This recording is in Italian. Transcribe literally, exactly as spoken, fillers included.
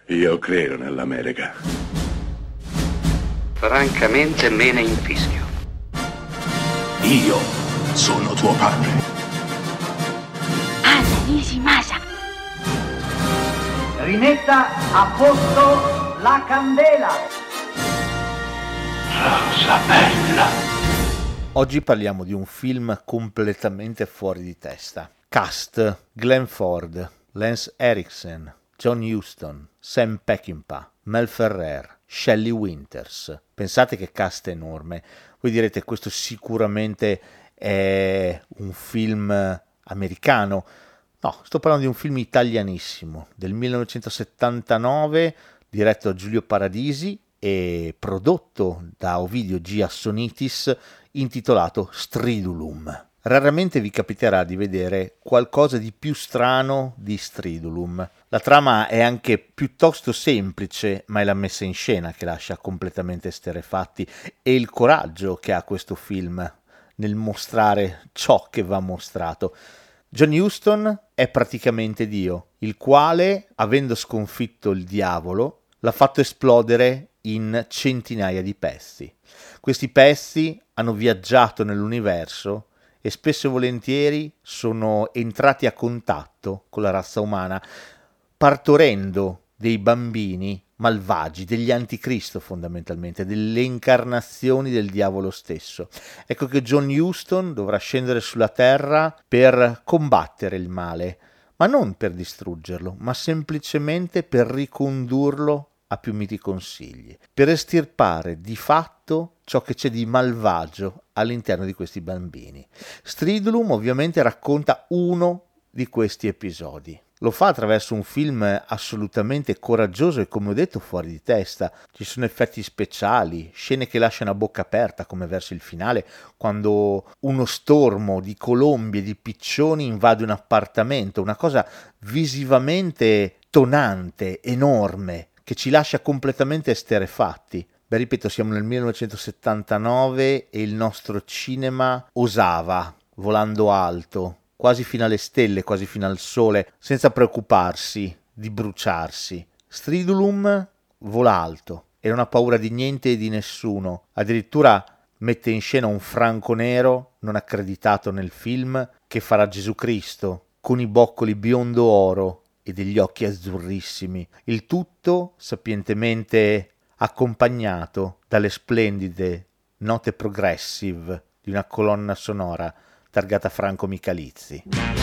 Io credo nell'America. Francamente me ne infischio. Io sono tuo padre. Anna Nishimasa. Rimetta a posto la candela. Rosa bella. Oggi parliamo di un film completamente fuori di testa. Cast: Glenn Ford, Lance Henriksen, John Huston, Sam Peckinpah, Mel Ferrer, Shelley Winters. Pensate che cast enorme. Voi direte, questo sicuramente è un film americano. No, sto parlando di un film italianissimo del millenovecentosettantanove, diretto da Giulio Paradisi e prodotto da Ovidio G. Assonitis, intitolato Stridulum. Raramente vi capiterà di vedere qualcosa di più strano di Stridulum. La trama è anche piuttosto semplice, ma è la messa in scena che lascia completamente esterrefatti e il coraggio che ha questo film nel mostrare ciò che va mostrato. John Huston è praticamente Dio, il quale, avendo sconfitto il diavolo, l'ha fatto esplodere in centinaia di pezzi. Questi pezzi hanno viaggiato nell'universo e spesso e volentieri sono entrati a contatto con la razza umana, partorendo dei bambini malvagi, degli anticristo fondamentalmente, delle incarnazioni del diavolo stesso. Ecco che John Huston dovrà scendere sulla terra per combattere il male, ma non per distruggerlo, ma semplicemente per ricondurlo a più miti consigli, per estirpare di fatto ciò che c'è di malvagio all'interno di questi bambini. Stridulum ovviamente racconta uno di questi episodi. Lo fa attraverso un film assolutamente coraggioso e, come ho detto, fuori di testa. Ci sono effetti speciali, scene che lasciano a bocca aperta, come verso il finale, quando uno stormo di colombi e di piccioni invade un appartamento, una cosa visivamente tonante, enorme, che ci lascia completamente esterrefatti. Beh, ripeto, siamo nel millenovecentosettantanove e il nostro cinema osava, volando alto, quasi fino alle stelle, quasi fino al sole, senza preoccuparsi di bruciarsi. Stridulum vola alto e non ha paura di niente e di nessuno. Addirittura mette in scena un franco nero non accreditato nel film che farà Gesù Cristo con i boccoli biondo oro e degli occhi azzurrissimi. Il tutto sapientemente accompagnato dalle splendide note progressive di una colonna sonora targata Franco Michalizzi.